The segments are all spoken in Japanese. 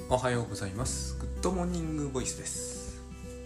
おはようございます。グッドモーニングボイスです。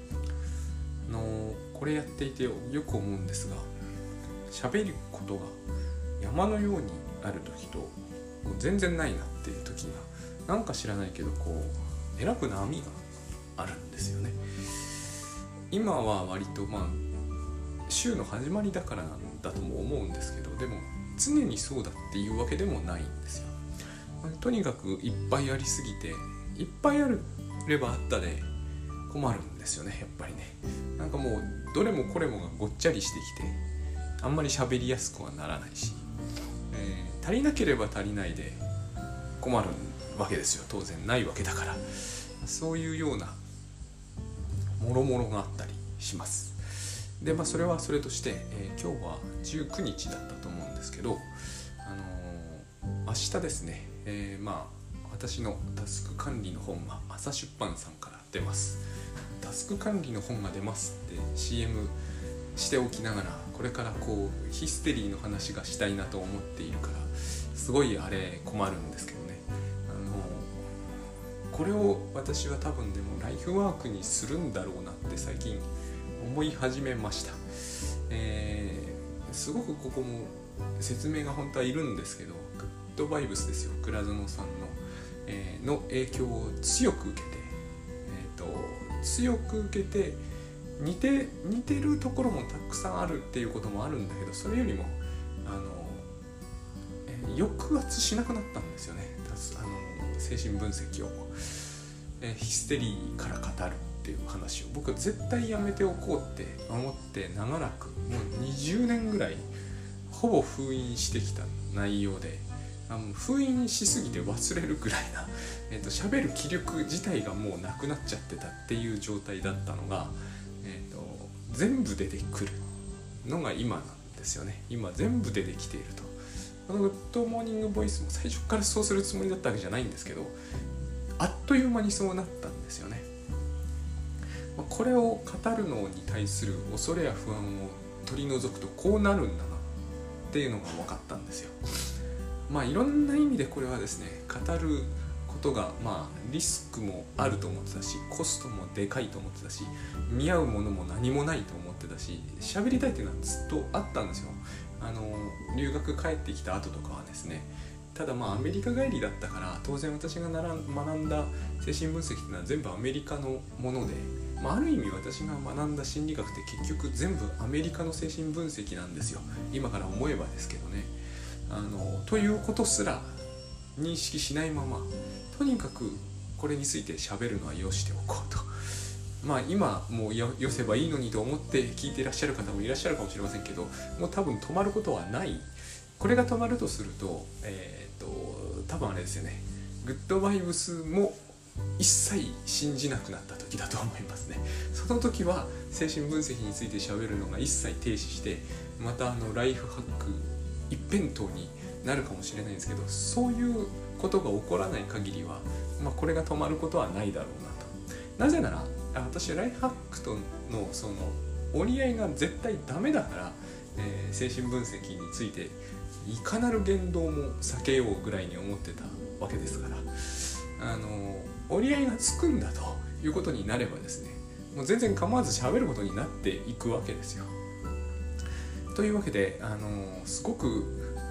これやっていてよく思うんですが、喋ることが山のようにある時と全然ないなっていう時がなんか知らないけど選ぶ波があるんですよね。今は割と週の始まりだからなんだとも思うんですけど、でも常にそうだっていうわけでもないんですよ。とにかくいっぱいありすぎて、いっぱいあればあったで困るんですよね。やっぱりね、なんかもうどれもこれもがごっちゃりしてきて、あんまり喋りやすくはならないし、足りなければ足りないで困るわけですよ。当然ないわけだから。そういうようなもろもろがあったりします。でそれはそれとして、今日は19日だったと思うんですけど、明日ですね、私のタスク管理の本が朝出版さんから出ます。タスク管理の本が出ますって CM しておきながら、これからヒステリーの話がしたいなと思っているから、すごいあれ困るんですけどね。これを私は多分でもライフワークにするんだろうなって最近思い始めました。すごくここも説明が本当はいるんですけど、グッドバイブスですよ。倉園さんの影響を強く受けて、似てるところもたくさんあるっていうこともあるんだけど、それよりも抑圧しなくなったんですよね。精神分析を、ヒステリーから語るっていう話を僕は絶対やめておこうって思って長らくもう20年ぐらいほぼ封印してきた内容で、封印しすぎて忘れるぐらいな喋る気力自体がもうなくなっちゃってたっていう状態だったのが、全部出てくるのが今なんですよね。今全部出てきていると。グッドモーニングボイスも最初からそうするつもりだったわけじゃないんですけど、あっという間にそうなったんですよね。これを語るのに対する恐れや不安を取り除くとこうなるんだなっていうのが分かったんですよ。いろんな意味でこれはですね、語ることがリスクもあると思ってたし、コストもでかいと思ってたし、見合うものも何もないと思ってたし、喋りたいっていうのはずっとあったんですよ。留学帰ってきた後とかはですね、ただアメリカ帰りだったから、当然私が学んだ精神分析っていうのは全部アメリカのもので、ある意味私が学んだ心理学って結局全部アメリカの精神分析なんですよ。今から思えばですけどね。ということすら認識しないまま、とにかくこれについて喋るのはよしておこうと。今もうよせばいいのにと思って聞いていらっしゃる方もいらっしゃるかもしれませんけど、もう多分止まることはない。これが止まるとすると、多分あれですよね、グッドバイブスも一切信じなくなった時だと思いますね。その時は精神分析について喋るのが一切停止して、またライフハック一辺倒になるかもしれないんですけど、そういうことが起こらない限りは、これが止まることはないだろうなと。なぜなら私ライフハックとのその折り合いが絶対ダメだから、精神分析についていかなる言動も避けようぐらいに思ってたわけですから、折り合いがつくんだということになればですね、もう全然構わず喋ることになっていくわけですよ。というわけで、すごく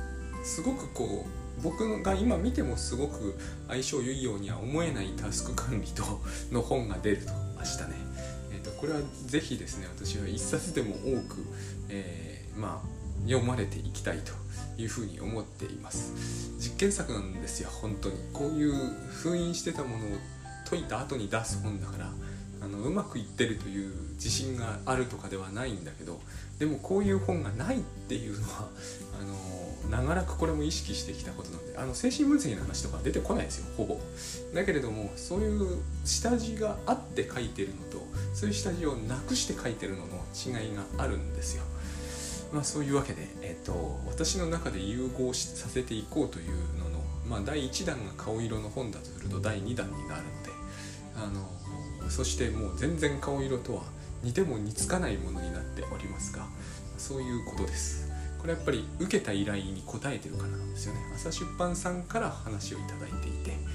僕が今見てもすごく相性良いようには思えないタスク管理との本が出ると明日ね。これはぜひですね、私は一冊でも多く、読まれていきたいというふうに思っています。実験作なんですよ。本当にこういう封印してたものを解いた後に出す本だから、うまくいってるという自信があるとかではないんだけど、でもこういう本がないっていうのは長らくこれも意識してきたことなので、精神分析の話とか出てこないですよ、ほぼ。だけれどもそういう下地があって書いてるのと、そういう下地をなくして書いてるのの違いがあるんですよ。そういうわけで、私の中で融合させていこうというのの、第1弾が顔色の本だとすると第2弾になるので、そしてもう全然顔色とは似ても似つかないものになっておりますが、そういうことです。これやっぱり受けた依頼に応えてるからなんですよね。朝出版さんから話をいただいていて、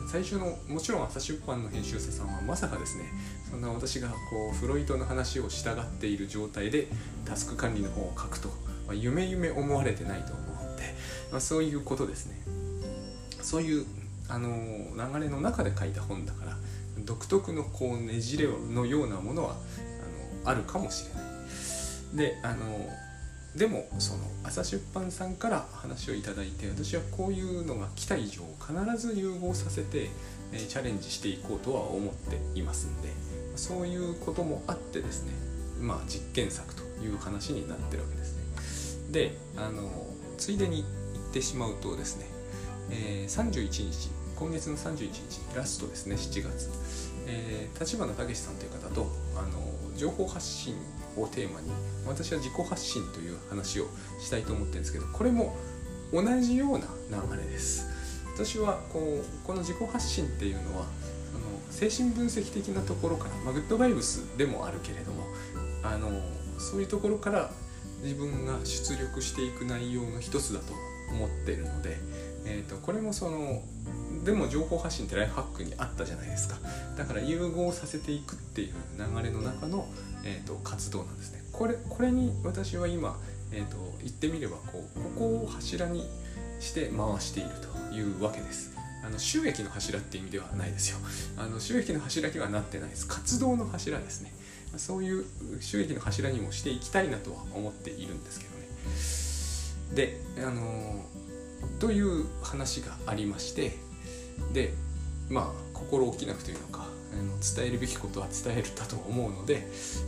最初のもちろん朝出版の編集者さんはまさかですね、そんな私がこうフロイトの話を従っている状態でタスク管理の本を書くと、夢思われてないと思うので、そういうことですね。そういう流れの中で書いた本だから、独特のこうねじれのようなものはあるかもしれない。ででもその朝出版さんから話をいただいて、私はこういうのが来た以上必ず融合させてチャレンジしていこうとは思っていますので、そういうこともあってですね、実験作という話になってるわけですね。でついでに言ってしまうとですね、31日今月の31日ラストですね、7月、立花武さんという方と情報発信をテーマに、私は自己発信という話をしたいと思ってるんですけど、これも同じような流れです。私はこの自己発信っていうのは精神分析的なところから、グッドバイブスでもあるけれどもそういうところから自分が出力していく内容の一つだと思っているので、これもでも情報発信ってライフハックにあったじゃないですか。だから融合させていくっていう流れの中の、活動なんですね。これに私は今、言ってみればここを柱にして回しているというわけです。収益の柱っていう意味ではないですよ。収益の柱にはなってないです。活動の柱ですね。そういう収益の柱にもしていきたいなとは思っているんですけどね。でという話がありまして、で心置きなくというのか伝えるべきことは伝えたと思うので、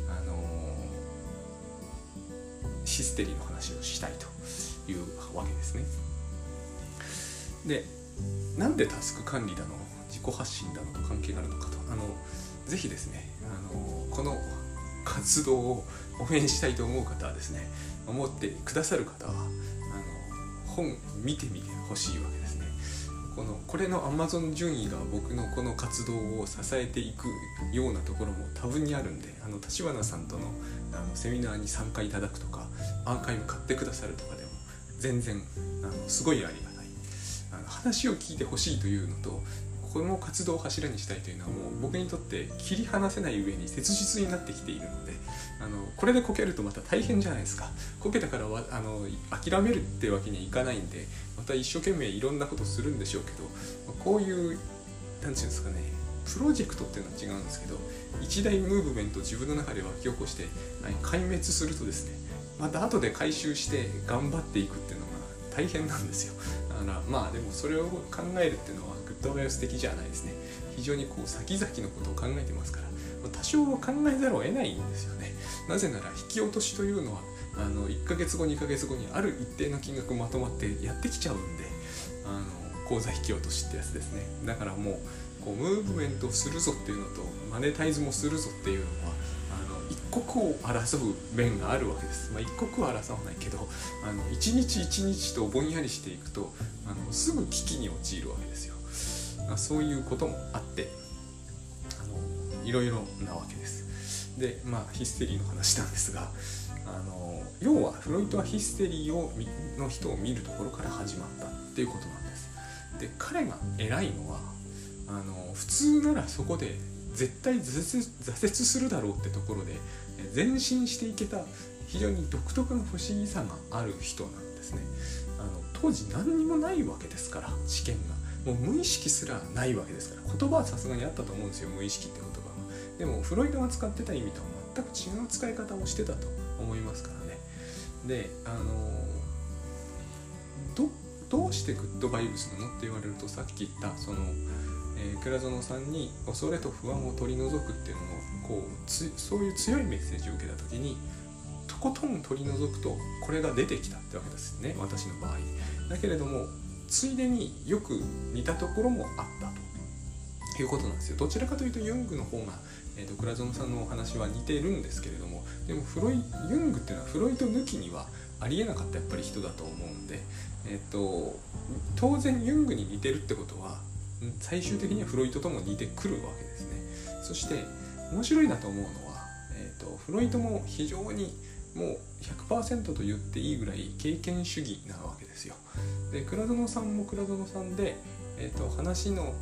ヒステリーの話をしたいというわけですね。でなんでタスク管理だの自己発信だのと関係があるのかと、ぜひですねこの活動を応援したいと思う方はですね、思ってくださる方は本見てみてほしいわけですね。これの Amazon 順位が僕のこの活動を支えていくようなところも多分にあるんで、立花さんとのセミナーに参加いただくとか、アーカイブ買ってくださるとかでも全然すごいありがたい。話を聞いてほしいというのと、この活動を柱にしたいというのはもう僕にとって切り離せない上に切実になってきているので、これでこけるとまた大変じゃないですか。こけたから諦めるってわけにはいかないんで、また一生懸命いろんなことするんでしょうけど、こういうなんていうんですかね、プロジェクトっていうのは違うんですけど、一大ムーブメントを自分の中で湧き起こして壊滅するとですね、また後で回収して頑張っていくっていうのが大変なんですよ。だからでもそれを考えるっていうのはグッドバイブス的じゃないですね。非常に先々のことを考えてますから、多少は考えざるを得ないんですよね。なぜなら引き落としというのは1ヶ月後2ヶ月後にある一定の金額まとまってやってきちゃうんで、口座引き落としってやつですね。だからもうムーブメントをするぞっていうのとマネタイズもするぞっていうのは一刻を争う面があるわけです。一刻は争わないけど一日一日とぼんやりしていくとすぐ危機に陥るわけですよ。そういうこともあっていろいろなわけです。でヒステリーの話なんですが、要はフロイトはヒステリーの人を見るところから始まったっていうことなんです。で彼が偉いのは普通ならそこで絶対挫折するだろうってところで前進していけた非常に独特の不思議さがある人なんですね。当時何にもないわけですから、知見がもう無意識すらないわけですから、言葉はさすがにあったと思うんですよ、無意識って言葉は。でもフロイトが使ってた意味とは全く違う使い方をしてたと思いますからね。でどうしてグッドバイブスなのって言われると、さっき言った倉園さんに恐れと不安を取り除くっていうのをそういう強いメッセージを受けた時にとことん取り除くとこれが出てきたってわけですね、私の場合。だけれどもついでによく似たところもあったということなんですよ。どちらかというとユングの方が、倉園さんのお話は似てるんですけれども、でもユングっていうのはフロイト抜きにはありえなかったやっぱり人だと思うんで、当然ユングに似てるってことは最終的にはフロイトとも似てくるわけですね。そして面白いなと思うのは、フロイトも非常にもう 100% と言っていいぐらい経験主義なわけですよ。で倉園さんも倉園さんで、話の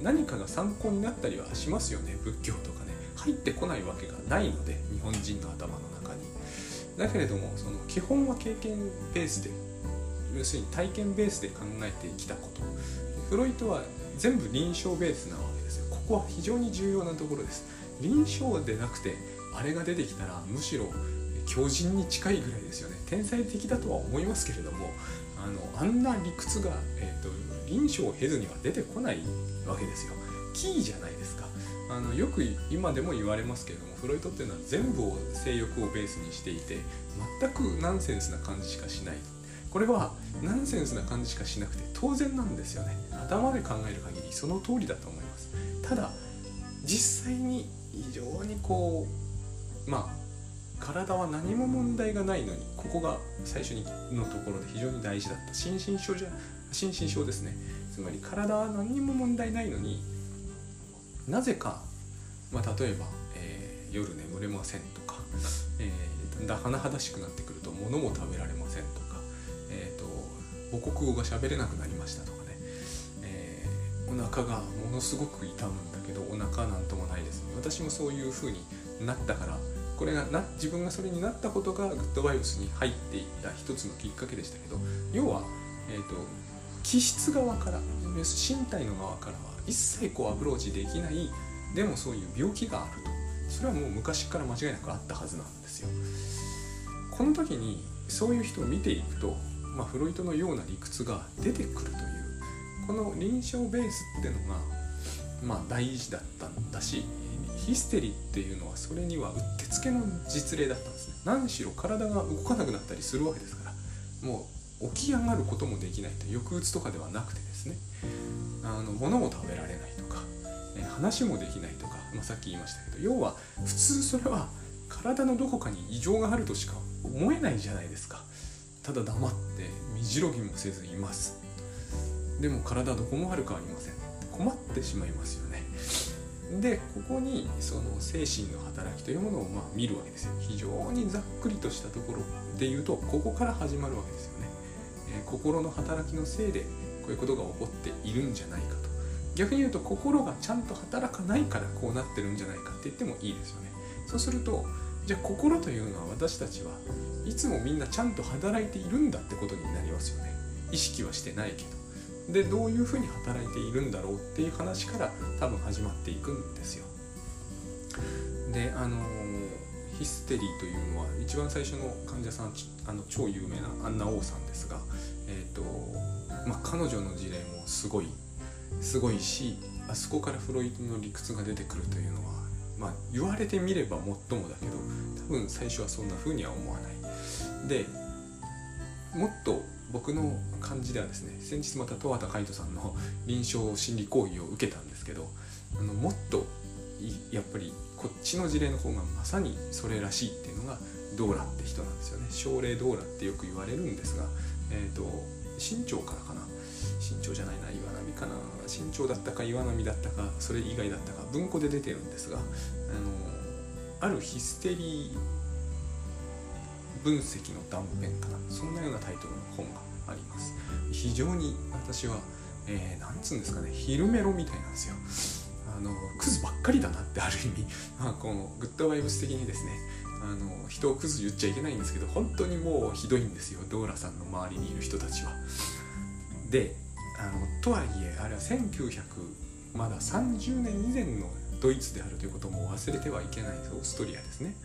何かが参考になったりはしますよね。仏教とかね入ってこないわけがないので、日本人の頭の中に。だけれどもその基本は経験ベースで、要するに体験ベースで考えてきたこと。フロイトは全部臨床ベースなわけですよ。ここは非常に重要なところです。臨床でなくてあれが出てきたらむしろ狂人に近いぐらいですよね。天才的だとは思いますけれども、あんな理屈が、臨床を経ずには出てこないわけですよ。キーじゃないですか。よく今でも言われますけれども、フロイトっていうのは全部を性欲をベースにしていて、全くナンセンスな感じしかしない。これはナンセンスな感じしかしなくて当然なんですよね。頭で考える限りその通りだと思います。ただ実際に非常にこう体は何も問題がないのに、ここが最初のところで非常に大事だった。心身症ですね。つまり体は何にも問題ないのに、なぜか、例えば、夜眠れませんとか、だんだん甚だしくなってくると物も食べられませんとか、母国語が喋れなくなりましたとかね、お腹がものすごく痛むんだけどお腹なんともないですね。私もそういう風になったから、これが自分がそれになったことがグッドバイブスに入っていった一つのきっかけでしたけど、要は、気質側から、身体の側からは一切アプローチできない、でもそういう病気があると。それはもう昔から間違いなくあったはずなんですよ。この時にそういう人を見ていくと、フロイトのような理屈が出てくるという、この臨床ベースっていうのが大事だったんだし、ヒステリーっていうのはそれにはうってつけの実例だったんですね。何しろ体が動かなくなったりするわけですから、もう起き上がることもできないと、抑うつとかではなくてですね、物も食べられないとか、話もできないとか、さっき言いましたけど、要は普通それは体のどこかに異常があるとしか思えないじゃないですか。ただ黙って身じろぎもせずいます。でも体どこも悪くありません。困ってしまいますよね。でここにその精神の働きというものを見るわけですよ。非常にざっくりとしたところで言うと、ここから始まるわけですよね。心の働きのせいでこういうことが起こっているんじゃないかと。逆に言うと、心がちゃんと働かないからこうなってるんじゃないかって言ってもいいですよね。そうすると、じゃあ心というのは私たちはいつもみんなちゃんと働いているんだってことになりますよね。意識はしてないけど。でどういうふうに働いているんだろうっていう話から多分始まっていくんですよ。でヒステリーというのは一番最初の患者さん、超有名なアンナ・オーさんですが、彼女の事例もすごいし、あそこからフロイトの理屈が出てくるというのは、言われてみればもっともだけど、多分最初はそんな風には思わない。でもっと僕の感じではですね、先日また戸畑海人さんの臨床心理講義を受けたんですけど、もっとやっぱりこっちの事例の方がまさにそれらしいっていうのがドーラって人なんですよね。症例ドーラってよく言われるんですが、身長からかな、身長じゃないな、岩波かな、身長だったか岩波だったかそれ以外だったか文庫で出てるんですが、あるヒステリー分析の断片かな、そんなようなタイトルの本があります。非常に私は、なんつうんですかね、昼メロみたいなんですよ。クズばっかりだなってある意味、このグッドバイブス的にですね、人をクズ言っちゃいけないんですけど、本当にもうひどいんですよ、ドーラさんの周りにいる人たちは。でとはいえあれはまだ30年以前のドイツであるということも忘れてはいけない。オーストリアですね。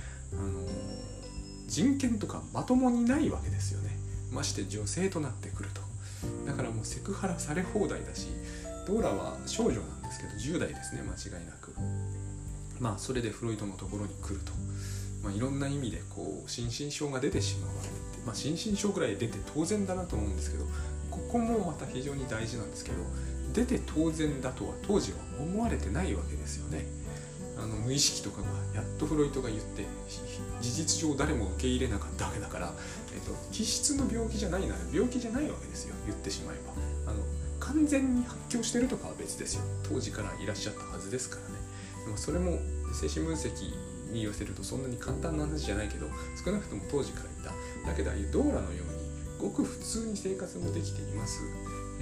人権とかまともにないわけですよね。まして女性となってくると。だからもうセクハラされ放題だし、ドーラは少女なんですけど10代ですね、間違いなく。それでフロイトのところに来ると、いろんな意味で心身症が出てしまうわけで、心身症くらい出て当然だなと思うんですけど、ここもまた非常に大事なんですけど、出て当然だとは当時は思われてないわけですよね。無意識とかがやっとフロイトが言って事実上誰も受け入れなかったわけだから、気質の病気じゃないなら病気じゃないわけですよ、言ってしまえば。完全に発狂してるとかは別ですよ。当時からいらっしゃったはずですからね。でもそれも精神分析に寄せるとそんなに簡単な話じゃないけど、少なくとも当時からいた。だけどドーラのようにごく普通に生活もできています。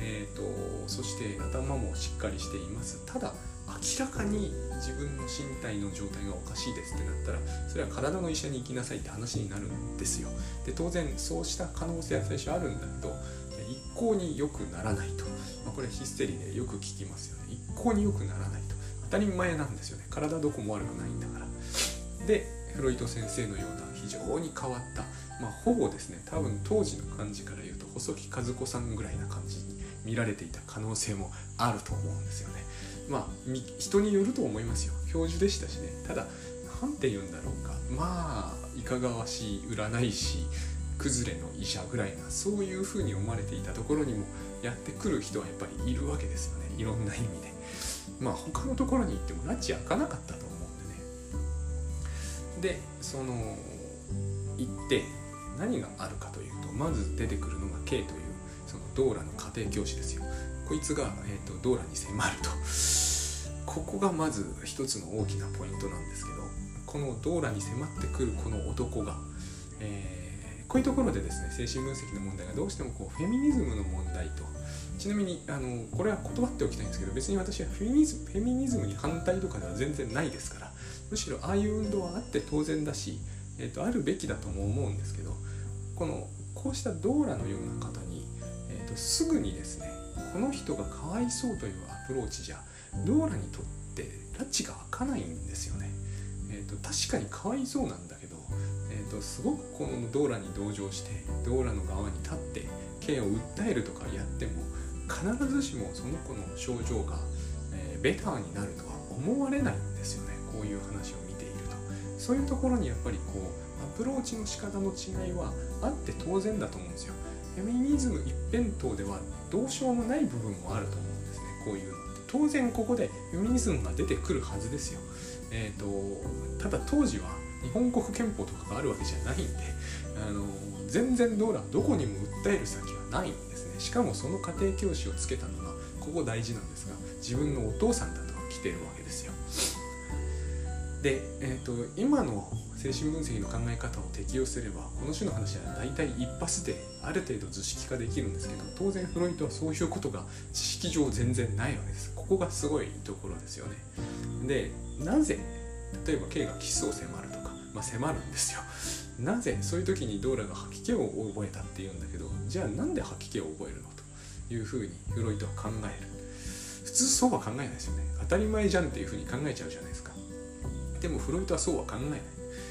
そして頭もしっかりしています。ただ明らかに自分の身体の状態がおかしいですってなったら、それは体の医者に行きなさいって話になるんですよ。で当然そうした可能性は最初あるんだけど、一向に良くならないと、これヒステリーでよく聞きますよね。一向に良くならないと、当たり前なんですよね。体どこも悪くないんだから。でフロイト先生のような非常に変わった、ほぼですね、多分当時の感じから言うと細木和子さんぐらいな感じに見られていた可能性もあると思うんですよね。人によると思いますよ。教授でしたしね。ただなんて言うんだろうか、いかがわしい占い師崩れの医者ぐらいな、そういう風に思われていたところにもやってくる人はやっぱりいるわけですよね。いろんな意味で。他のところに行っても拉致開かなかったと思うんでね。で行って何があるかというと、まず出てくるのが K というそのドーラの家庭教師ですよ。こいつが、ドーラに迫ると。ここがまず一つの大きなポイントなんですけど、このドーラに迫ってくるこの男が、こういうところでですね、精神分析の問題がどうしてもフェミニズムの問題と、ちなみにこれは断っておきたいんですけど、別に私はフェミニズムに反対とかでは全然ないですから、むしろああいう運動はあって当然だし、あるべきだとも思うんですけど、こうしたドーラのような方に、すぐにですね、この人がかわいそうというアプローチじゃドーラにとって拉致が開かないんですよね。確かにかわいそうなんだけど、すごくこのドーラに同情してドーラの側に立って K を訴えるとかやっても、必ずしもその子の症状が、ベターになるとは思われないんですよね。こういう話を見ていると、そういうところにやっぱりアプローチの仕方の違いはあって当然だと思うんですよ。フェミニズム一辺倒ではどうしようもない部分もあると思うんですね。こういうのって当然ここでフェミニズムが出てくるはずですよ。ただ当時は日本国憲法とかがあるわけじゃないんで、全然ドーラはどこにも訴える先はないんですね。しかもその家庭教師をつけたのが、ここ大事なんですが、自分のお父さんだと来てるわけですよ。で、今の精神分析の考え方を適用すれば、この種の話は大体一発である程度図式化できるんですけど、当然フロイトはそういうことが知識上全然ないわけです。ここがすごいところですよね。で、なぜ例えば K がキスを迫るとか、迫るんですよ。なぜそういう時にドーラが吐き気を覚えたっていうんだけど、じゃあなんで吐き気を覚えるのというふうにフロイトは考える。普通そうは考えないですよね。当たり前じゃんっていうふうに考えちゃうじゃないですか。でもフロイトはそうは考えない。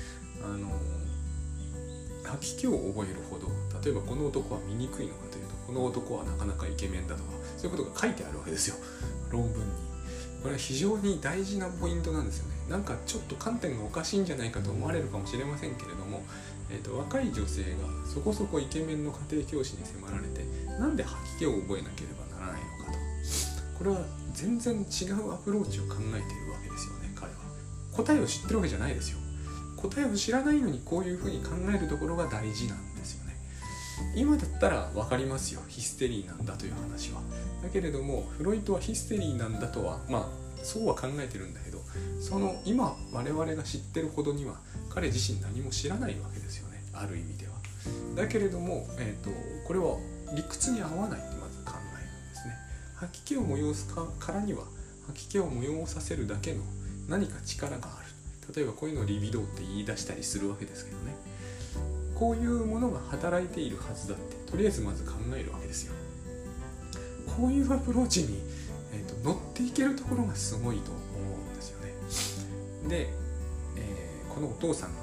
吐き気を覚えるほど、例えばこの男は醜いのかというと、この男はなかなかイケメンだとか、そういうことが書いてあるわけですよ、論文に。これは非常に大事なポイントなんですよね。なんかちょっと観点がおかしいんじゃないかと思われるかもしれませんけれども、若い女性がそこそこイケメンの家庭教師に迫られて、なんで吐き気を覚えなければならないのかと。これは全然違うアプローチを考えているわけですよね。彼は答えを知ってるわけじゃないですよ。答えを知らないのにこういうふうに考えるところが大事なんですよね。今だったら分かりますよ、ヒステリーなんだという話は。だけれどもフロイトはヒステリーなんだとはそうは考えてるんだけど、その今我々が知ってるほどには彼自身何も知らないわけですよね、ある意味では。だけれども、これは理屈に合わないとまず考えるんですね。吐き気を催すからには吐き気を催させるだけの何か力がある。例えばこういうのをリビドーって言い出したりするわけですけどね。こういうものが働いているはずだってとりあえずまず考えるわけですよ。こういうアプローチに、乗っていけるところがすごいと思うんですよね。で、このお父さんが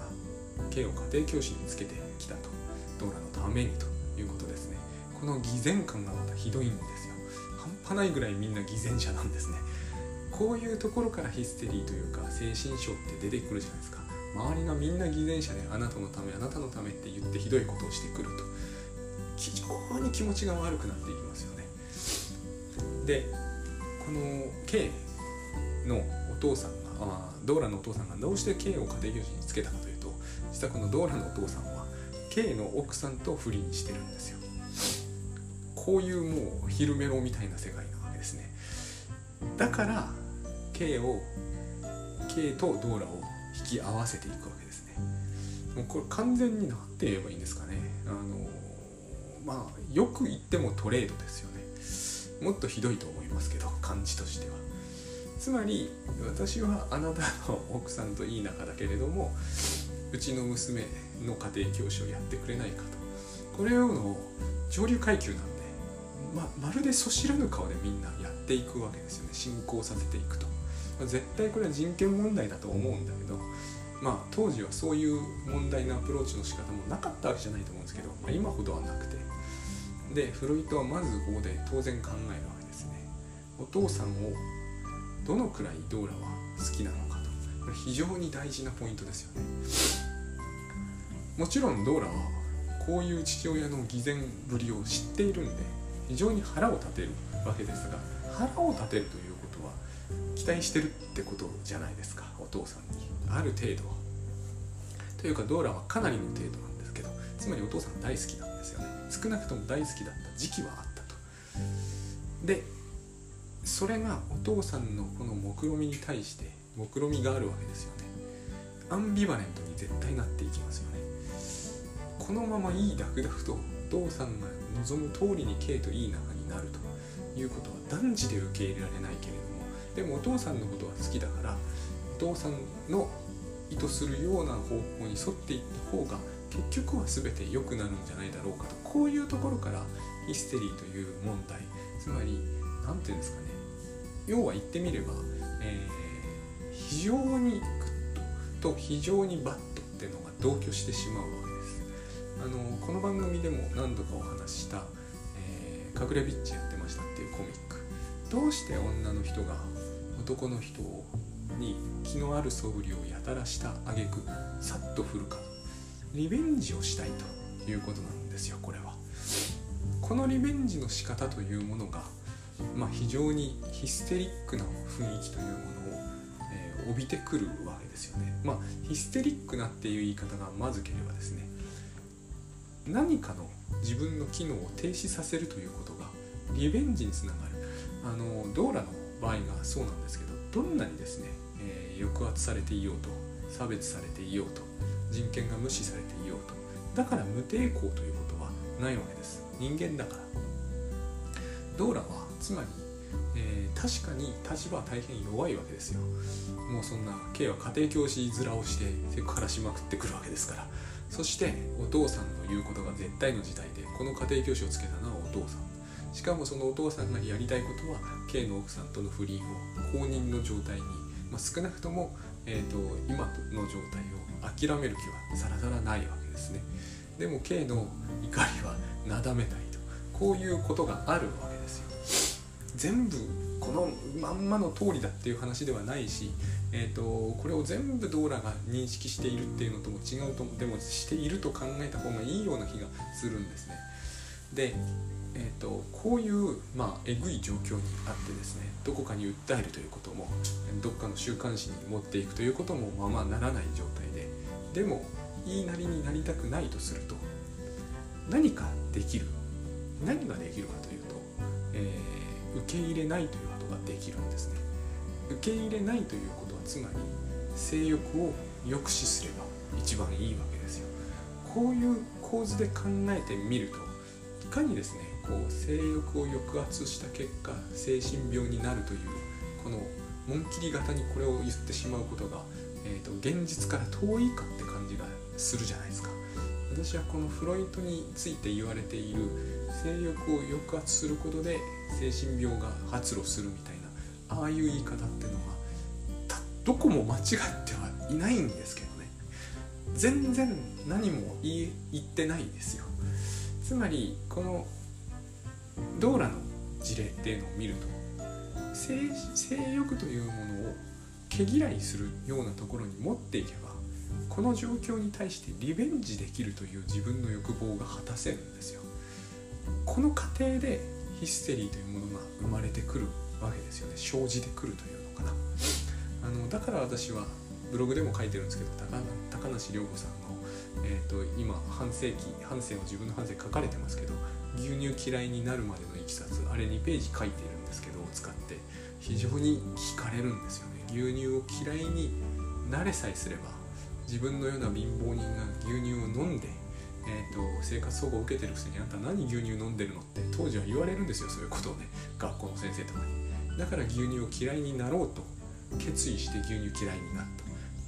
K を家庭教師につけてきたと、ドーラのためにということですね。この偽善感がまたひどいんですよ。半端ないぐらいみんな偽善者なんですね。こういうところからヒステリーというか精神症って出てくるじゃないですか。周りがみんな偽善者で、あなたのためあなたのためって言ってひどいことをしてくると、非常に気持ちが悪くなっていきますよね。で、この K のお父さんが、ドーラのお父さんがどうして K を家庭教師につけたかというと、実はこのドーラのお父さんは K の奥さんと不倫してるんですよ。こういうもう昼メロみたいな世界なわけですね。だからK とドーラを引き合わせていくわけですね。もうこれ完全に何て言えばいいんですかね。よく言ってもトレードですよね。 もっとひどいと思いますけど、感じとしては。つまり私はあなたの奥さんといい仲だけれども、うちの娘の家庭教師をやってくれないかと。これをの上流階級なんで、まるでそ知らぬ顔でみんなやっていくわけですよね。進行させていくと。絶対これは人権問題だと思うんだけど、当時はそういう問題のアプローチの仕方もなかったわけじゃないと思うんですけど、今ほどはなくて、でフロイトはまずここで当然考えるわけですね。お父さんをどのくらいドーラは好きなのかと。これ非常に大事なポイントですよね。もちろんドーラはこういう父親の偽善ぶりを知っているんで、非常に腹を立てるわけですが、腹を立てるということは期待してるってことじゃないですか、お父さんに。ある程度はというか、ドーラはかなりの程度なんですけど、つまりお父さん大好きなんですよね。少なくとも大好きだった時期はあったと。でそれがお父さんのこの目論見に対して目論見があるわけですよね。アンビバレントに絶対なっていきますよね。このままいいダフダフとお父さんが望む通りに K といい仲になるということは断じて受け入れられないけれども、でもお父さんのことは好きだから、お父さんの意図するような方向に沿っていった方が結局は全て良くなるんじゃないだろうかと。こういうところからヒステリーという問題、つまり何て言うんですかね、要は言ってみれば、非常にグッドと非常にバッドっていうのが同居してしまうわけです。この番組でも何度かお話しした、カグレビッチやってましたっていうコミック。どうして女の人が男の人に気のある素振りをやたらした挙句さっと振るか。リベンジをしたいということなんですよ。これはこのリベンジの仕方というものが、非常にヒステリックな雰囲気というものを、帯びてくるわけですよね。ヒステリックなっていう言い方がまずければですね、何かの自分の機能を停止させるということがリベンジにつながる。ドーラの場合がそうなんですけど、どんなにですね、抑圧されていようと、差別されていようと、人権が無視されていようと、だから無抵抗ということはないわけです。人間だから。ドーラはつまり、確かに立場は大変弱いわけですよ。もうそんな K は家庭教師面をしてセクハラしまくってくるわけですから。そしてお父さんの言うことが絶対の時代で、この家庭教師をつけたのはお父さん。しかもそのお父さんがやりたいことは K の奥さんとの不倫を公認の状態に、少なくとも、今の状態を諦める気はさらさらないわけですね。でも K の怒りはなだめたいと、こういうことがあるわけですよ。全部このまんまの通りだっていう話ではないし、これを全部ドーラが認識しているっていうのとも違うと、でもしていると考えた方がいいような気がするんですね。で、こういう、えぐい状況にあってですね、どこかに訴えるということも、どっかの週刊誌に持っていくということもならない状態で、でも言いなりになりたくないとすると、何かできる。何ができるかというと、受け入れないということができるんですね。受け入れないということは、つまり性欲を抑止すれば一番いいわけですよ。こういう構図で考えてみると、いかにですね、性欲を抑圧した結果精神病になるという、この紋切り型にこれを言ってしまうことが、現実から遠いかって感じがするじゃないですか。私はこのフロイトについて言われている性欲を抑圧することで精神病が発露するみたいな、ああいう言い方っていうのはどこも間違ってはいないんですけどね、全然何も言ってないですよ。つまりこのドーラの事例っていうのを見ると、性欲というものを毛嫌いするようなところに持っていけば、この状況に対してリベンジできるという自分の欲望が果たせるんですよ。この過程でヒステリーというものが生まれてくるわけですよね。生じてくるというのかな。だから私はブログでも書いてるんですけど、高梨涼子さんの、今半生を自分の半生書かれてますけど、牛乳嫌いになるまでのいきさつ、あれ2ページ書いているんですけど、使って非常に惹かれるんですよね。牛乳を嫌いになれさえすれば、自分のような貧乏人が牛乳を飲んで、生活保護を受けてるくせにあんた何牛乳飲んでるのって当時は言われるんですよ。そういうことをね、 学校の先生とかに。だから牛乳を嫌いになろうと決意して牛乳嫌いになった。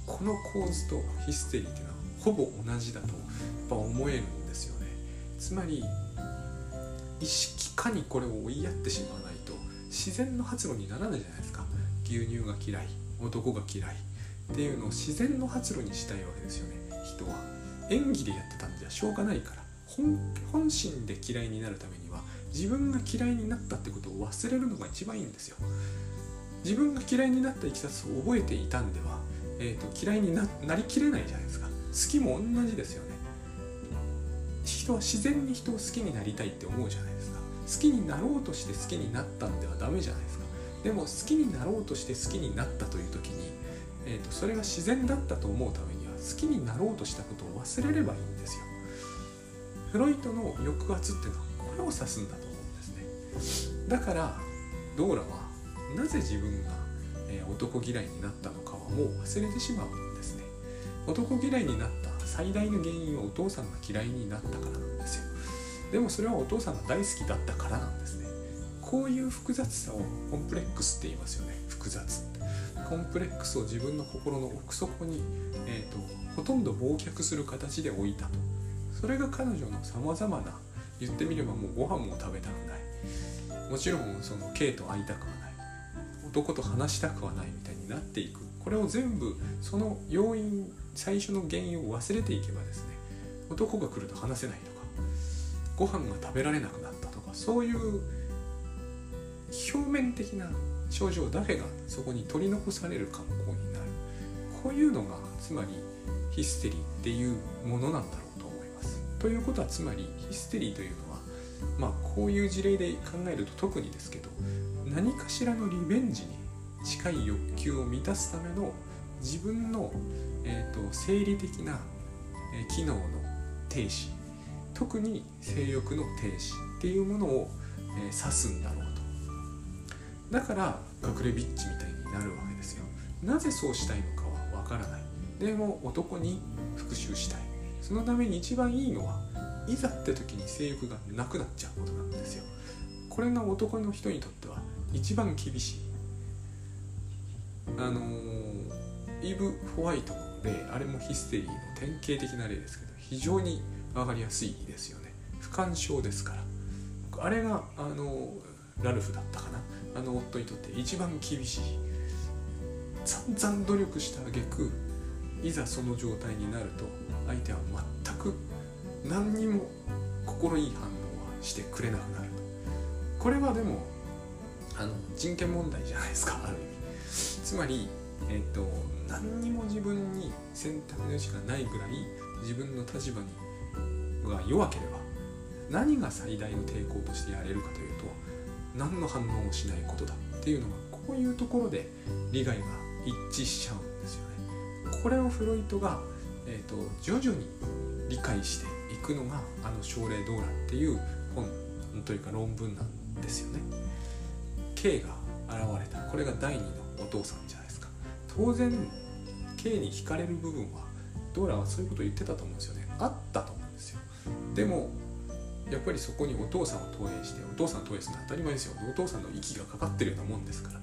この構図とヒステリーっていうのはほぼ同じだとやっぱ思えるんですよね。つまり意識下にこれを追いやってしまわないと自然の発露にならないじゃないですか。牛乳が嫌い、男が嫌いっていうのを自然の発露にしたいわけですよね。人は演技でやってたんじゃしょうがないから、本心で嫌いになるためには自分が嫌いになったってことを忘れるのが一番いいんですよ。自分が嫌いになったいきさつを覚えていたんでは、嫌いに なりきれないじゃないですか。好きも同じですよね。人は自然に人を好きになりたいって思うじゃないですか。好きになろうとして好きになったんではダメじゃないですか。でも好きになろうとして好きになったという時に、それが自然だったと思うためには好きになろうとしたことを忘れればいいんですよ。フロイトの抑圧っていうのはこれを指すんだと思うんですね。だからドーラはなぜ自分が、男嫌いになったのかはもう忘れてしまうんですね。男嫌いになった最大の原因はお父さんが嫌いになったからなんですよ。でもそれはお父さんが大好きだったからなんですね。こういう複雑さをコンプレックスって言いますよね。複雑コンプレックスを自分の心の奥底に、ほとんど忘却する形で置いたと。それが彼女のさまざまな、言ってみればもうご飯も食べたくない、もちろんその K と会いたくはない、男と話したくはないみたいになっていく。これを全部その要因、最初の原因を忘れていけばですね、男が来ると話せないとか、ご飯が食べられなくなったとか、そういう表面的な症状だけがそこに取り残される格好になる。こういうのがつまりヒステリーっていうものなんだろうと思います。ということはつまりヒステリーというのは、こういう事例で考えると特にですけど、何かしらのリベンジに近い欲求を満たすための自分の、生理的な、機能の停止、特に性欲の停止っていうものを、指すんだろうと。だから隠れビッチみたいになるわけですよ。なぜそうしたいのかはわからない。でも男に復讐したい。そのために一番いいのはいざって時に性欲がなくなっちゃうことなんですよ。これが男の人にとっては一番厳しい。イーブ・ホワイトの例、あれもヒステリーの典型的な例ですけど、非常に分かりやすいですよね。不干渉ですから。あれがラルフだったかな、夫にとって一番厳しい。散々努力した挙句、いざその状態になると相手は全く何にも心いい反応はしてくれなくなると。これはでも人権問題じゃないですか、ある意味。つまり、何にも自分に選択の余地がないぐらい自分の立場が弱ければ、何が最大の抵抗としてやれるかというと、何の反応もしないことだっていうのが、こういうところで利害が一致しちゃうんですよね。これをフロイトが、徐々に理解していくのが症例ドーラっていう本というか論文なんですよね。 K が現れた、これが第二のお父さんじゃないですか。当然 K に惹かれる部分はドーラはそういうことを言ってたと思うんですよね。あったと思うんですよ。でもやっぱりそこにお父さんを投影して、お父さんを投影するのは当たり前ですよ。お父さんの息がかかってるようなもんですから、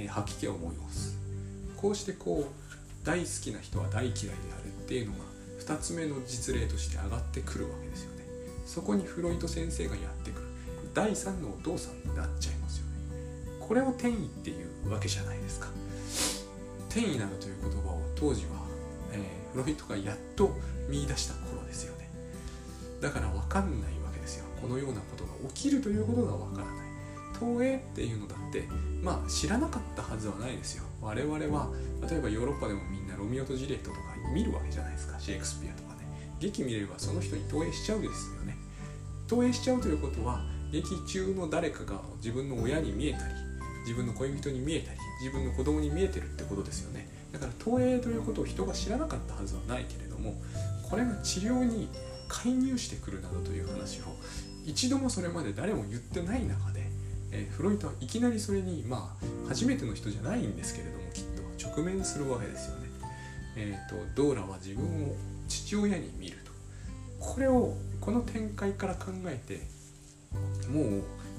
吐き気を催す。こうして大好きな人は大嫌いであるっていうのが2つ目の実例として上がってくるわけですよね。そこにフロイト先生がやってくる。第3のお父さんになっちゃいますよね。これを転移っていうわけじゃないですか。転移などという言葉を当時は、フロイトがやっと見出した頃ですよね。だから分かんないわけですよ。このようなことが起きるということが分からない。投影っていうのだって知らなかったはずはないですよ。我々は例えばヨーロッパでもみんなロミオとジュリエットとか見るわけじゃないですか。シェイクスピアとかね、劇見ればその人に投影しちゃうですよね。投影しちゃうということは、劇中の誰かが自分の親に見えたり、自分の恋人に見えたり、自分の子供に見えてるってことですよね。だから投影ということを人が知らなかったはずはないけれども、これが治療に介入してくるなどという話を一度もそれまで誰も言ってない中で、フロイトはいきなりそれに初めての人じゃないんですけれども、きっと直面するわけですよね。ドーラは自分を父親に見ると。この展開から考えて、もう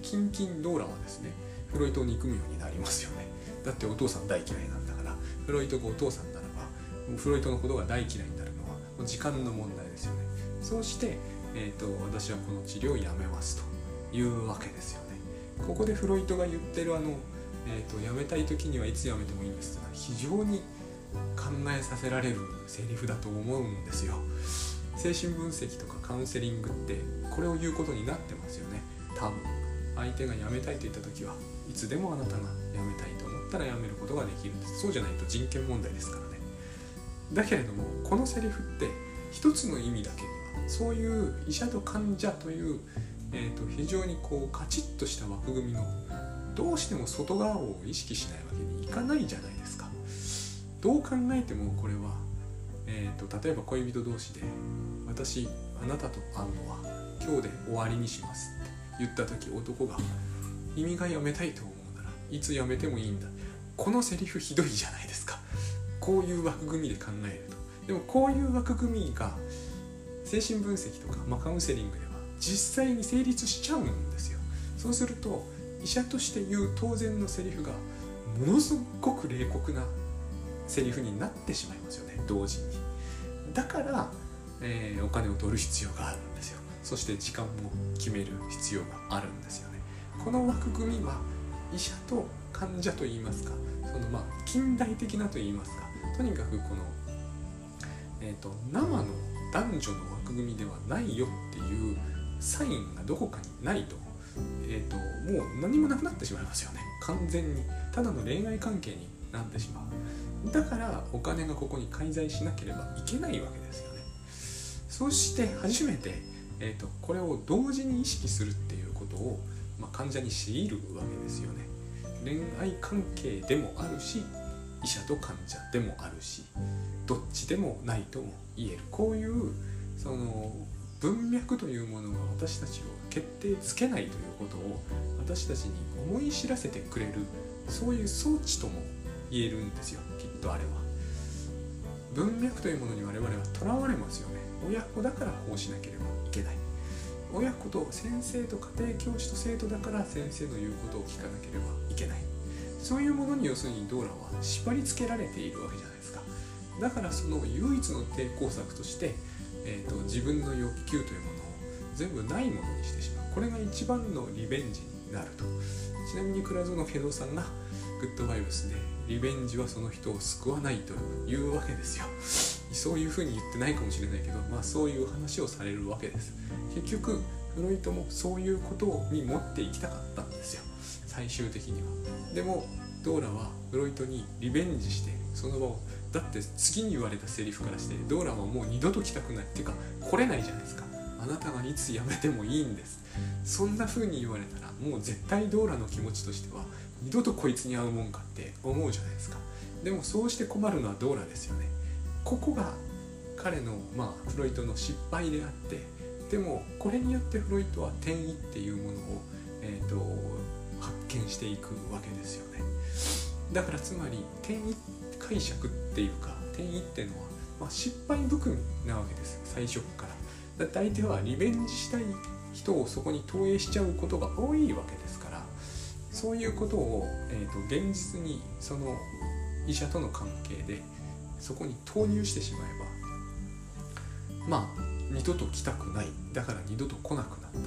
キンキンドーラはですねフロイトを憎むようになりますよね。だってお父さん大嫌いなんだから、フロイトがお父さんならばフロイトのことが大嫌いになるのはもう時間の問題ですよね。そうして、私はこの治療をやめますというわけですよね。ここでフロイトが言ってるやめたい時にはいつやめてもいいんですってのは非常に考えさせられるセリフだと思うんですよ。精神分析とかカウンセリングってこれを言うことになってますよね。多分相手が辞めたいと言った時はいつでもあなたが辞めたいと思ったら辞めることができるんです。そうじゃないと人権問題ですからね。だけれどもこのセリフって一つの意味だけにはそういう医者と患者という、非常にこうカチッとした枠組みのどうしても外側を意識しないわけにいかないじゃないですか。どう考えてもこれは、例えば恋人同士で私あなたと会うのは今日で終わりにしますって言った時、男が君が辞めたいと思うならいつ辞めてもいいんだ。このセリフひどいじゃないですか。こういう枠組みで考えると。でもこういう枠組みが精神分析とか、カウンセリングでは実際に成立しちゃうんですよ。そうすると医者として言う当然のセリフがものすごく冷酷なセリフになってしまいますよね、同時に。だから、お金を取る必要があるんですよ。そして時間も決める必要があるんですよね。この枠組みは医者と患者といいますか、近代的なといいますか、とにかくこの、生の男女の枠組みではないよっていうサインがどこかにないと、もう何もなくなってしまいますよね。完全にただの恋愛関係になってしまう。だからお金がここに介在しなければいけないわけですよね。そして初めて、これを同時に意識するっていうことを、患者に強いるわけですよね。恋愛関係でもあるし、医者と患者でもあるし、どっちでもないとも言える。こういうその文脈というものが私たちを決定づけないということを私たちに思い知らせてくれる、そういう装置とも言えるんですよ。きっとあれは文脈というものに我々はとらわれますよね。親子だからこうしなければいけない。親子と先生と家庭教師と生徒だから先生の言うことを聞かなければいけない。そういうものに要するにドーラは縛り付けられているわけじゃないですか。だからその唯一の抵抗策として、自分の欲求というものを全部ないものにしてしまう。これが一番のリベンジになると。ちなみに倉園慶三さんがグッドバイブスでリベンジはその人を救わないというわけですよ。そういうふうに言ってないかもしれないけど、そういう話をされるわけです。結局フロイトもそういうことに持っていきたかったんですよ、最終的には。でもドーラはフロイトにリベンジしてその場を、だって次に言われたセリフからしてドーラはもう二度と来たくないっていうか来れないじゃないですか。あなたがいつ辞めてもいいんです。そんな風に言われたらもう絶対ドーラの気持ちとしては二度とこいつに会うもんかって思うじゃないですか。でもそうして困るのはドーラですよね。ここが彼のフロイトの失敗であって、でもこれによってフロイトは転移っていうものを、発見していくわけですよね。だからつまり転移解釈っていうか転移っていうのは、失敗含みなわけです、最初から。だって相手はリベンジしたい人をそこに投影しちゃうことが多いわけですから、そういうことを、現実にその医者との関係でそこに投入してしまえば、二度と来たくない、だから二度と来なくなった。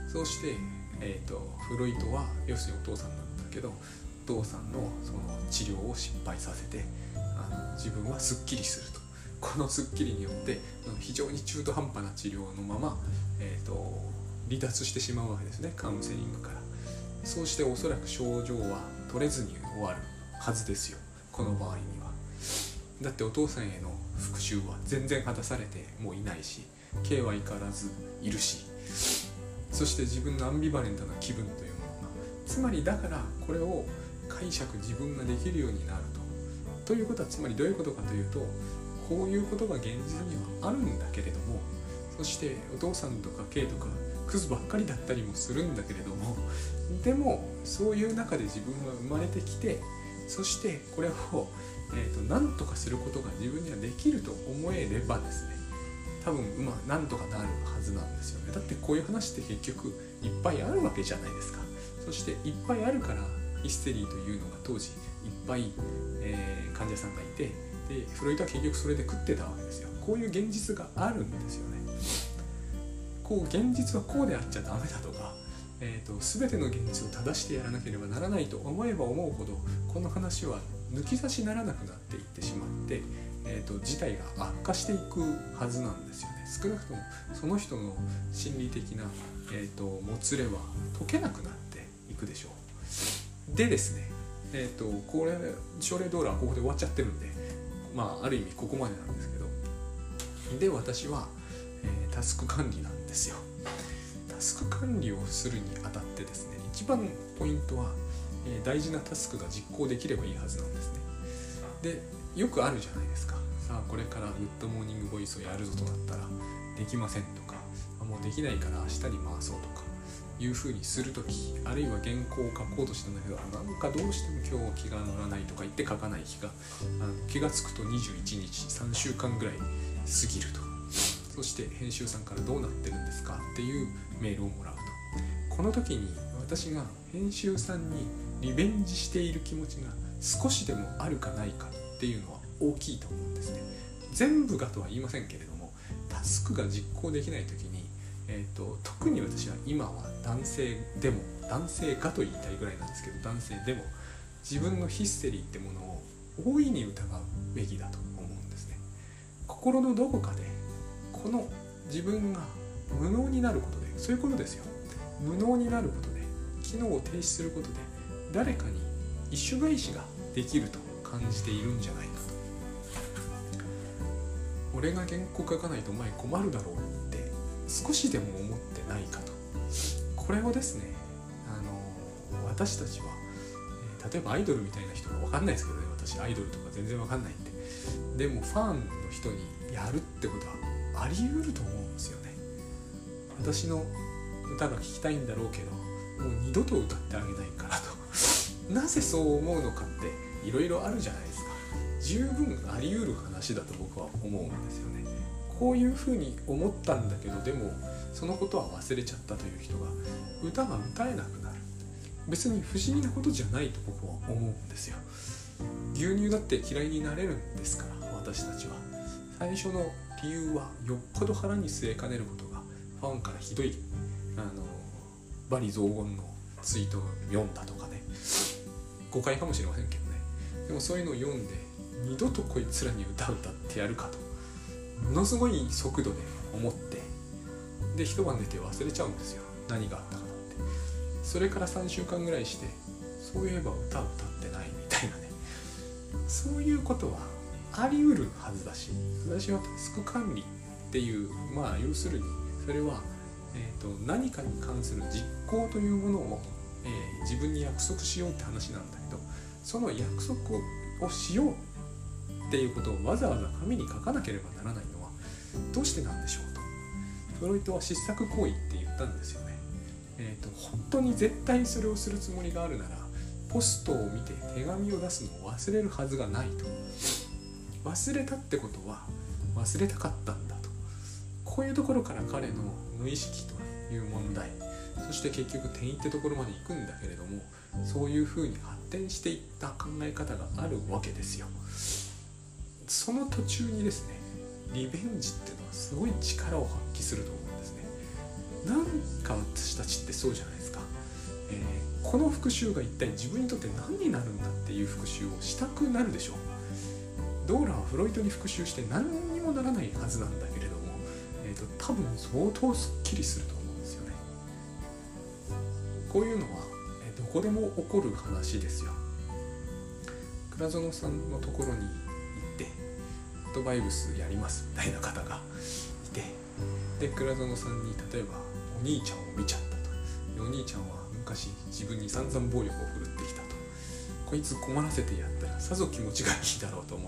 そうして、フロイトは要するにお父さんなんだけど、お父さんのその治療を失敗させて自分はすっきりすると。このすっきりによって非常に中途半端な治療のまま、離脱してしまうわけですね、カウンセリングから。そうしておそらく症状は取れずに終わるはずですよ、この場合には。だってお父さんへの復讐は全然果たされてもいないし、刑は相変わらずいるし、そして自分のアンビバレントな気分というものが、つまりだからこれを解釈自分ができるようになるということは、つまりどういうことかというと、こういうことが現実にはあるんだけれども、そしてお父さんとかKとかクズばっかりだったりもするんだけれども、でもそういう中で自分は生まれてきて、そしてこれを、何とかすることが自分にはできると思えればですね、多分なんとかなるはずなんですよね。だってこういう話って結局いっぱいあるわけじゃないですか。そしていっぱいあるからヒステリーというのが当時いっぱい、患者さんがいて、でフロイトは結局それで食ってたわけですよ。こういう現実があるんですよね。こう現実はこうであっちゃダメだとか、全ての現実を正してやらなければならないと思えば思うほどこの話は抜き差しならなくなっていってしまって、事態が悪化していくはずなんですよね。少なくともその人の心理的な、もつれは解けなくなっていくでしょう。でですね、これ症例道路はここで終わっちゃってるんで、ある意味ここまでなんですけど、で私は、タスク管理なんですよ。タスク管理をするにあたってですね、一番ポイントは、大事なタスクが実行できればいいはずなんですね。でよくあるじゃないですか。さあこれからグッドモーニングボイスをやるぞとなったらできませんとか、もうできないから明日に回そうとかいう風にするとき、あるいは原稿を書こうとしたんだけど、なんかどうしても今日気が乗らないとか言って書かない日が気がつくと21日3週間ぐらい過ぎると。そして編集さんからどうなってるんですかっていうメールをもらうと、この時に私が編集さんにリベンジしている気持ちが少しでもあるかないかっていうのは大きいと思うんですね。全部がとは言いませんけれども、タスクが実行できない時に、特に私は今は男性がと言いたいぐらいなんですけど、男性でも自分のヒステリーってものを大いに疑うべきだと思うんですね。心のどこかでこの自分が無能になることで、そういうことですよ。無能になることで、機能を停止することで誰かに一種返しができると感じているんじゃないかと。俺が原稿書かないとお前困るだろうって少しでも思ってないかと。これをですね、私たちは、例えばアイドルみたいな人が分かんないですけどね、私アイドルとか全然分かんないんで、でもファンの人にやるってことはあり得ると思うんですよね。私の歌が聴きたいんだろうけど、もう二度と歌ってあげないからと。なぜそう思うのかっていろいろあるじゃないですか。十分あり得る話だと僕は思うんですよね。こういうふうに思ったんだけど、でもそのことは忘れちゃったという人が歌が歌えなくなる。別に不思議なことじゃないと僕は思うんですよ。牛乳だって嫌いになれるんですから、私たちは。最初の理由はよっぽど腹に据えかねることがファンからひどい罵詈雑言のツイートを読んだとかね、誤解かもしれませんけどね。でもそういうのを読んで二度とこいつらに歌ってやるかとものすごい速度で思って、で一晩寝て忘れちゃうんですよ、何があったかなんて。それから3週間ぐらいして、そういえば歌ってないみたいなね、そういうことはあり得るはずだし、私はタスク管理っていう、要するにそれは、何かに関する実行というものを、自分に約束しようって話なんだけど、その約束をしようっていうことをわざわざ紙に書かなければならないのはどうしてなんでしょうと。フロイトは失策行為って言ったんですよね。本当に絶対にそれをするつもりがあるなら、ポストを見て手紙を出すのを忘れるはずがないと。忘れたってことは忘れたかったんだと。こういうところから彼の無意識という問題、そして結局転移ってところまで行くんだけれども、そういうふうに発展していった考え方があるわけですよ。その途中にですね、リベンジっていうのはすごい力を発揮すると思うんですね。なんか私たちってそうじゃないですか。この復讐が一体自分にとって何になるんだっていう復讐をしたくなるでしょう。ドーラはフロイトに復讐して何にもならないはずなんだけれども、多分相当すっきりすると思うんですよね。こういうのは、どこでも起こる話ですよ。倉園さんのところに行ってアドバイブスやりますみたいな方がいて、で倉園さんに例えばお兄ちゃんを見ちゃったと。でお兄ちゃんは昔自分に散々暴力を振るってきたと。こいつ困らせてやったらさぞ気持ちがいいだろうと思って、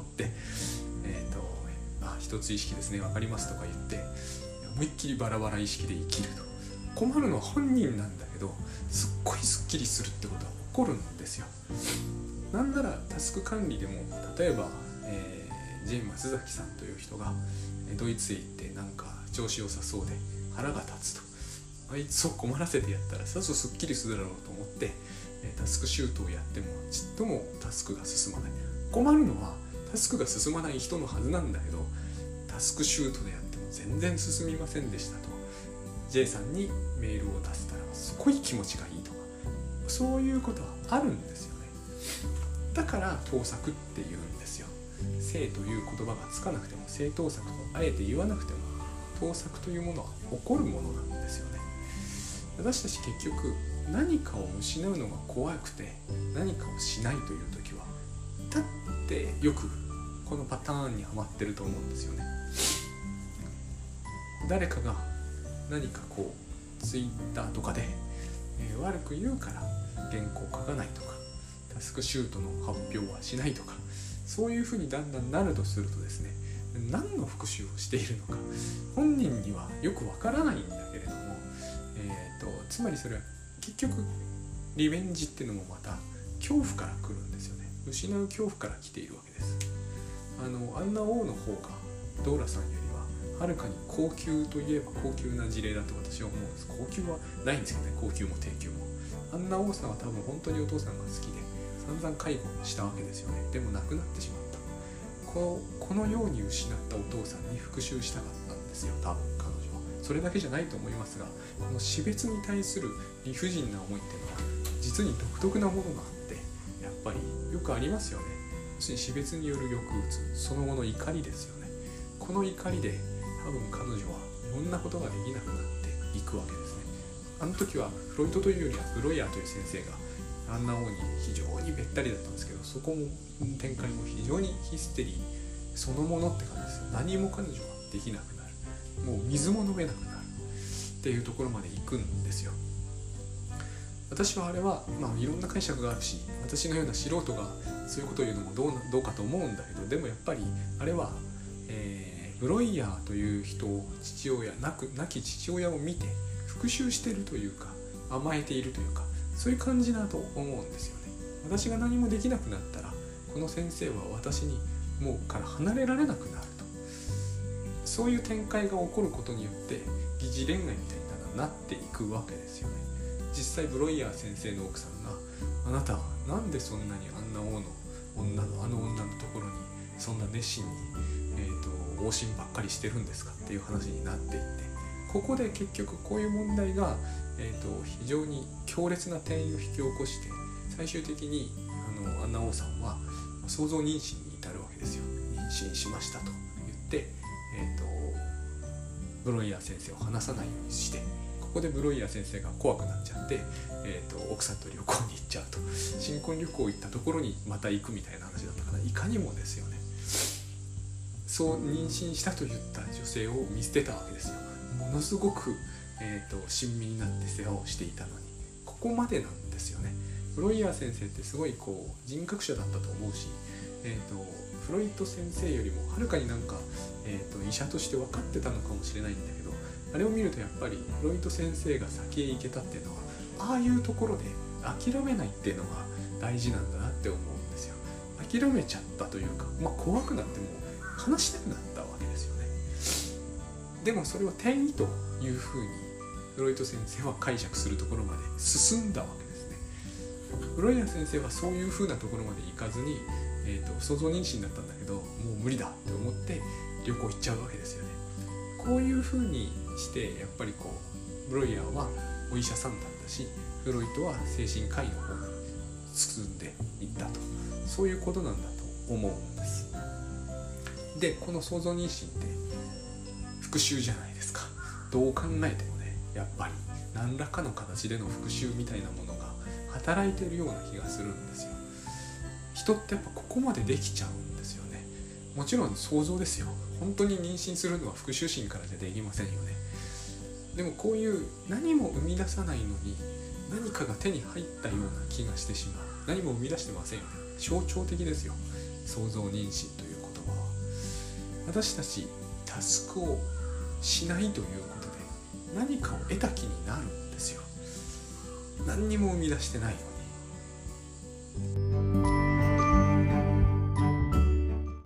一つ意識ですね、わかりますとか言って思いっきりバラバラ意識で生きると。困るのは本人なんだけど、すっごいすっきりするってことは起こるんですよ。なんならタスク管理でも、例えば、ジェーン松崎さんという人がドイツへ行ってなんか調子良さそうで腹が立つと。 あいつを困らせてやったらさぞすっきりするだろうと思ってタスクシュートをやってもちっともタスクが進まない。困るのはタスクが進まない人のはずなんだけど、タスクシュートでやっても全然進みませんでしたと J さんにメールを出せたらすごい気持ちがいいとか、そういうことはあるんですよね。だから盗作って言うんですよ。正という言葉がつかなくても、正盗作とあえて言わなくても、盗作というものは起こるものなんですよね。私たち結局何かを失うのが怖くて何かをしないという時は、だってよくこのパターンにはまってると思うんですよね。誰かが何かこうツイッターとかで、悪く言うから原稿書かないとか、タスクシュートの発表はしないとか、そういうふうにだんだんなるとするとですね、何の復習をしているのか本人にはよくわからないんだけれども、つまりそれは結局リベンジっていうのもまた恐怖から来るんですよね。失う恐怖から来ているわけです。アンナ王の方がドーラさんよりははるかに高級といえば高級な事例だと私は思うんです。高級はないんですけどね、高級も低級も。アンナ王さんは多分本当にお父さんが好きで散々介護したわけですよね。でも亡くなってしまった。このように失ったお父さんに復讐したかったんですよ、多分彼女は。それだけじゃないと思いますが、この死別に対する理不尽な思いっていうのは実に独特なものがあって、やっぱりよくありますよね。要するに死別による抑うつ、その後の怒りですよね。この怒りで多分彼女はいろんなことができなくなっていくわけですね。あの時はフロイトというよりはブロイヤーという先生がアンナ王に非常にべったりだったんですけど、そこも展開も非常にヒステリーそのものって感じですよ。何も彼女はできなくなる、もう水も飲めなくなるっていうところまで行くんですよ。私はあれは、いろんな解釈があるし、私のような素人がそういうことを言うのもどうかと思うんだけど、でもやっぱりあれは、ブロイヤーという人を亡き父親を見て復讐しているというか甘えているというか、そういう感じだと思うんですよね。私が何もできなくなったらこの先生は私にもうから離れられなくなると、そういう展開が起こることによって疑似恋愛みたいになっていくわけですよね。実際ブロイヤー先生の奥さんが、あなたはなんでそんなにあんな王の女のあの女のところにそんな熱心に、往診ばっかりしてるんですかっていう話になっていって、ここで結局こういう問題が、非常に強烈な転移を引き起こして、最終的にアンナ王さんは想像妊娠に至るわけですよ。妊娠しましたと言って、ブロイヤー先生を話さないようにして、ここでブロイヤー先生が怖くなっちゃって、奥さんと旅行に行っちゃうと、新婚旅行行ったところにまた行くみたいな話だったかな。いかにもですよね。そう妊娠したと言った女性を見捨てたわけですよ。ものすごく、親身になって世話をしていたのに、ここまでなんですよね。ブロイヤー先生ってすごいこう人格者だったと思うし、フロイト先生よりもはるかになんか、医者として分かってたのかもしれないんだけど、あれを見るとやっぱりフロイト先生が先へ行けたっていうのは、ああいうところで諦めないっていうのが大事なんだなって思うんですよ。諦めちゃったというか、怖くなってもう話したくなったわけですよね。でもそれを転移というふうにフロイト先生は解釈するところまで進んだわけですね。ブロイヤー先生はそういうふうなところまで行かずに、想像妊娠だったんだけどもう無理だって思って旅行行っちゃうわけですよね。こういうふうにしてやっぱりこうブロイヤーはお医者さんだったし、フロイトは精神科医の方に進んでいったと、そういうことなんだと思うんです。で、この想像妊娠って復讐じゃないですか。どう考えてもね、やっぱり何らかの形での復讐みたいなものが働いているような気がするんですよ。人ってやっぱここまでできちゃうんですよね。もちろん想像ですよ。本当に妊娠するのは復讐心からじゃできませんよね。でもこういう何も生み出さないのに何かが手に入ったような気がしてしまう。何も生み出してませんよね。象徴的ですよ、想像妊娠という言葉は。私たちタスクをしないということで何かを得た気になるんですよ。何にも生み出してないのに。